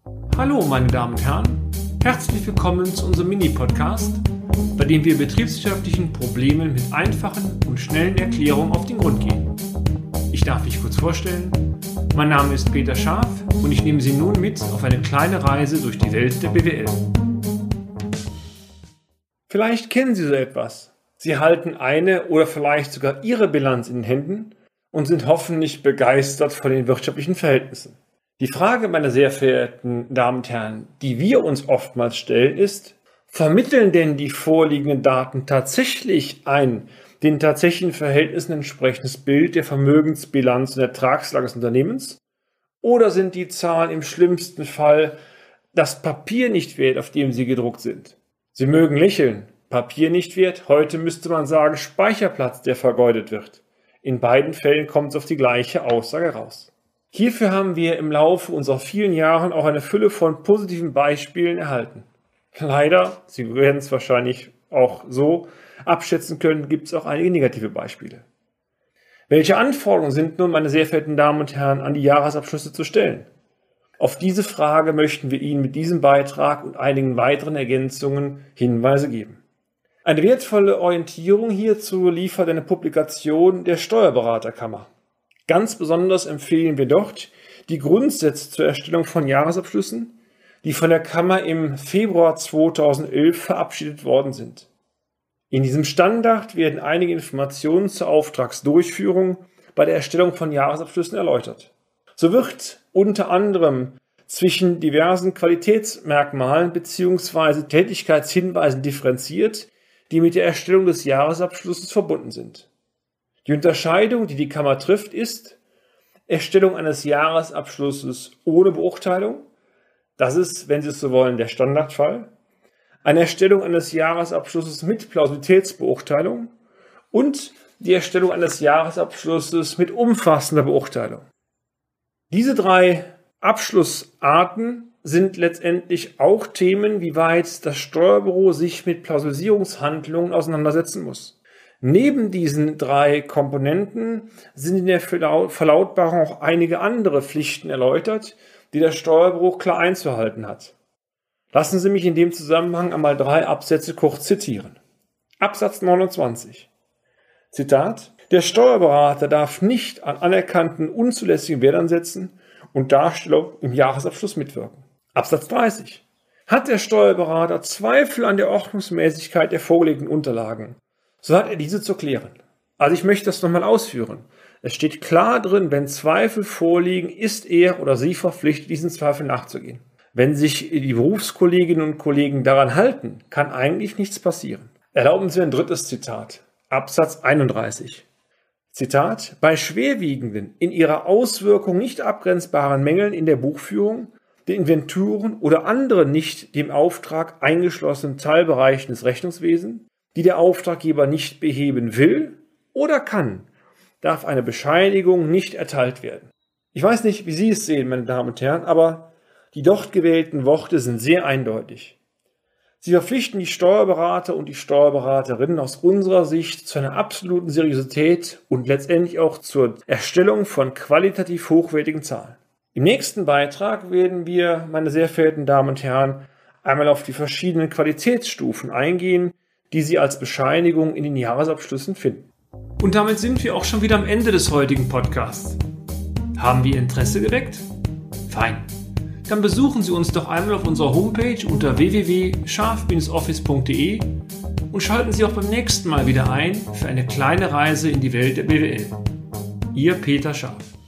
Hallo meine Damen und Herren, herzlich willkommen zu unserem Mini-Podcast, bei dem wir betriebswirtschaftlichen Problemen mit einfachen und schnellen Erklärungen auf den Grund gehen. Ich darf mich kurz vorstellen, mein Name ist Peter Scharf und ich nehme Sie nun mit auf eine kleine Reise durch die Welt der BWL. Vielleicht kennen Sie so etwas. Sie halten eine oder vielleicht sogar Ihre Bilanz in den Händen und sind hoffentlich begeistert von den wirtschaftlichen Verhältnissen. Die Frage, meine sehr verehrten Damen und Herren, die wir uns oftmals stellen, ist: Vermitteln denn die vorliegenden Daten tatsächlich ein den tatsächlichen Verhältnissen entsprechendes Bild der Vermögensbilanz und Ertragslage des Unternehmens? Oder sind die Zahlen im schlimmsten Fall das Papier nicht wert, auf dem sie gedruckt sind? Sie mögen lächeln, Papier nicht wert, heute müsste man sagen Speicherplatz, der vergeudet wird. In beiden Fällen kommt es auf die gleiche Aussage raus. Hierfür haben wir im Laufe unserer vielen Jahre auch eine Fülle von positiven Beispielen erhalten. Leider, Sie werden es wahrscheinlich auch so abschätzen können, gibt es auch einige negative Beispiele. Welche Anforderungen sind nun, meine sehr verehrten Damen und Herren, an die Jahresabschlüsse zu stellen? Auf diese Frage möchten wir Ihnen mit diesem Beitrag und einigen weiteren Ergänzungen Hinweise geben. Eine wertvolle Orientierung hierzu liefert eine Publikation der Steuerberaterkammer. Ganz besonders empfehlen wir dort die Grundsätze zur Erstellung von Jahresabschlüssen, die von der Kammer im Februar 2011 verabschiedet worden sind. In diesem Standard werden einige Informationen zur Auftragsdurchführung bei der Erstellung von Jahresabschlüssen erläutert. So wird unter anderem zwischen diversen Qualitätsmerkmalen bzw. Tätigkeitshinweisen differenziert, die mit der Erstellung des Jahresabschlusses verbunden sind. Die Unterscheidung, die die Kammer trifft, ist: Erstellung eines Jahresabschlusses ohne Beurteilung. Das ist, wenn Sie es so wollen, der Standardfall. Eine Erstellung eines Jahresabschlusses mit Plausibilitätsbeurteilung und die Erstellung eines Jahresabschlusses mit umfassender Beurteilung. Diese drei Abschlussarten sind letztendlich auch Themen, wie weit das Steuerbüro sich mit Plausibilisierungshandlungen auseinandersetzen muss. Neben diesen drei Komponenten sind in der Verlautbarung auch einige andere Pflichten erläutert, die das Steuerbüro klar einzuhalten hat. Lassen Sie mich in dem Zusammenhang einmal 3 Absätze kurz zitieren. Absatz 29. Zitat: Der Steuerberater darf nicht an anerkannten unzulässigen Wertansätzen und Darstellung im Jahresabschluss mitwirken. Absatz 30. Hat der Steuerberater Zweifel an der Ordnungsmäßigkeit der vorgelegten Unterlagen, so hat er diese zu klären. Also ich möchte das nochmal ausführen. Es steht klar drin, wenn Zweifel vorliegen, ist er oder sie verpflichtet, diesen Zweifel nachzugehen. Wenn sich die Berufskolleginnen und Kollegen daran halten, kann eigentlich nichts passieren. Erlauben Sie ein drittes Zitat. Absatz 31. Zitat: Bei schwerwiegenden, in ihrer Auswirkung nicht abgrenzbaren Mängeln in der Buchführung, den Inventuren oder anderen nicht dem Auftrag eingeschlossenen Teilbereichen des Rechnungswesens, die der Auftraggeber nicht beheben will oder kann, darf eine Bescheinigung nicht erteilt werden. Ich weiß nicht, wie Sie es sehen, meine Damen und Herren, aber die dort gewählten Worte sind sehr eindeutig. Sie verpflichten die Steuerberater und die Steuerberaterinnen aus unserer Sicht zu einer absoluten Seriosität und letztendlich auch zur Erstellung von qualitativ hochwertigen Zahlen. Im nächsten Beitrag werden wir, meine sehr verehrten Damen und Herren, einmal auf die verschiedenen Qualitätsstufen eingehen, die Sie als Bescheinigung in den Jahresabschlüssen finden. Und damit sind wir auch schon wieder am Ende des heutigen Podcasts. Haben wir Interesse geweckt? Fein. Dann besuchen Sie uns doch einmal auf unserer Homepage unter www.scharf-office.de und schalten Sie auch beim nächsten Mal wieder ein für eine kleine Reise in die Welt der BWL. Ihr Peter Scharf.